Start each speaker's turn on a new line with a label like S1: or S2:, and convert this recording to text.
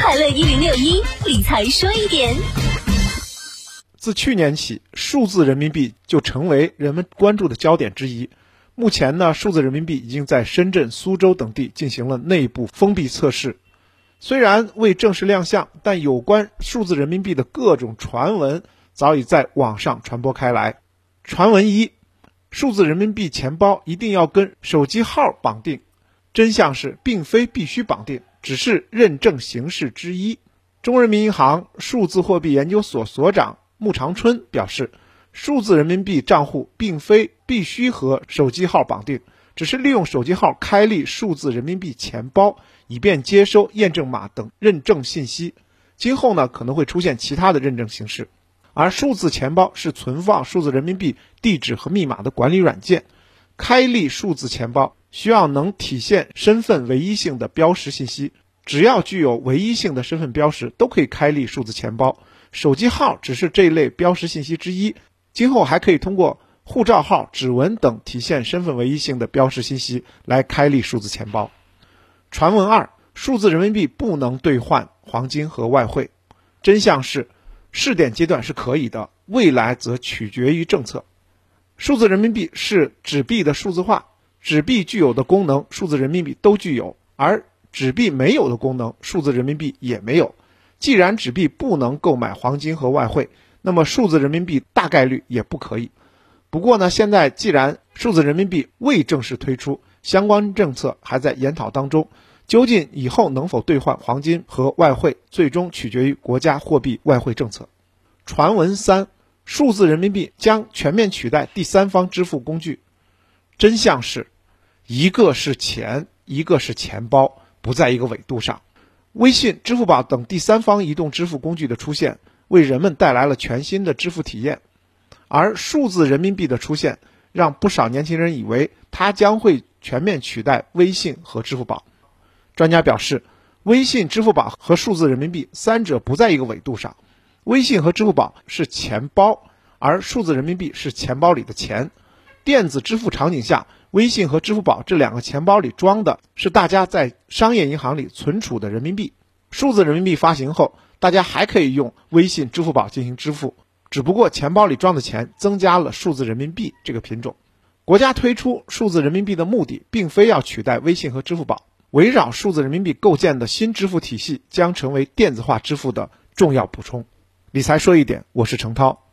S1: 快乐1061理财说一点。
S2: 自去年起，数字人民币就成为人们关注的焦点之一。目前呢，数字人民币已经在深圳、苏州等地进行了内部封闭测试。虽然未正式亮相，但有关数字人民币的各种传闻早已在网上传播开来。传闻一：数字人民币钱包一定要跟手机号绑定。真相是，并非必须绑定，只是认证形式之一。中国人民银行数字货币研究所所长穆长春表示，数字人民币账户并非必须和手机号绑定，只是利用手机号开立数字人民币钱包，以便接收验证码等认证信息。今后呢，可能会出现其他的认证形式。而数字钱包是存放数字人民币地址和密码的管理软件，开立数字钱包需要能体现身份唯一性的标识信息，只要具有唯一性的身份标识，都可以开立数字钱包。手机号只是这一类标识信息之一，今后还可以通过护照号、指纹等体现身份唯一性的标识信息来开立数字钱包。传闻二：数字人民币不能兑换黄金和外汇。真相是，试点阶段是可以的，未来则取决于政策。数字人民币是纸币的数字化，纸币具有的功能，数字人民币都具有，而纸币没有的功能，数字人民币也没有。既然纸币不能购买黄金和外汇，那么数字人民币大概率也不可以。不过呢，现在既然数字人民币未正式推出，相关政策还在研讨当中，究竟以后能否兑换黄金和外汇，最终取决于国家货币外汇政策。传闻三：数字人民币将全面取代第三方支付工具。真相是，一个是钱，一个是钱包，不在一个纬度上。微信、支付宝等第三方移动支付工具的出现，为人们带来了全新的支付体验，而数字人民币的出现，让不少年轻人以为它将会全面取代微信和支付宝。专家表示，微信、支付宝和数字人民币三者不在一个纬度上，微信和支付宝是钱包，而数字人民币是钱包里的钱。电子支付场景下，微信和支付宝这两个钱包里装的是大家在商业银行里存储的人民币。数字人民币发行后，大家还可以用微信、支付宝进行支付，只不过钱包里装的钱增加了数字人民币这个品种。国家推出数字人民币的目的，并非要取代微信和支付宝，围绕数字人民币构建的新支付体系将成为电子化支付的重要补充。理财说一点，我是程涛。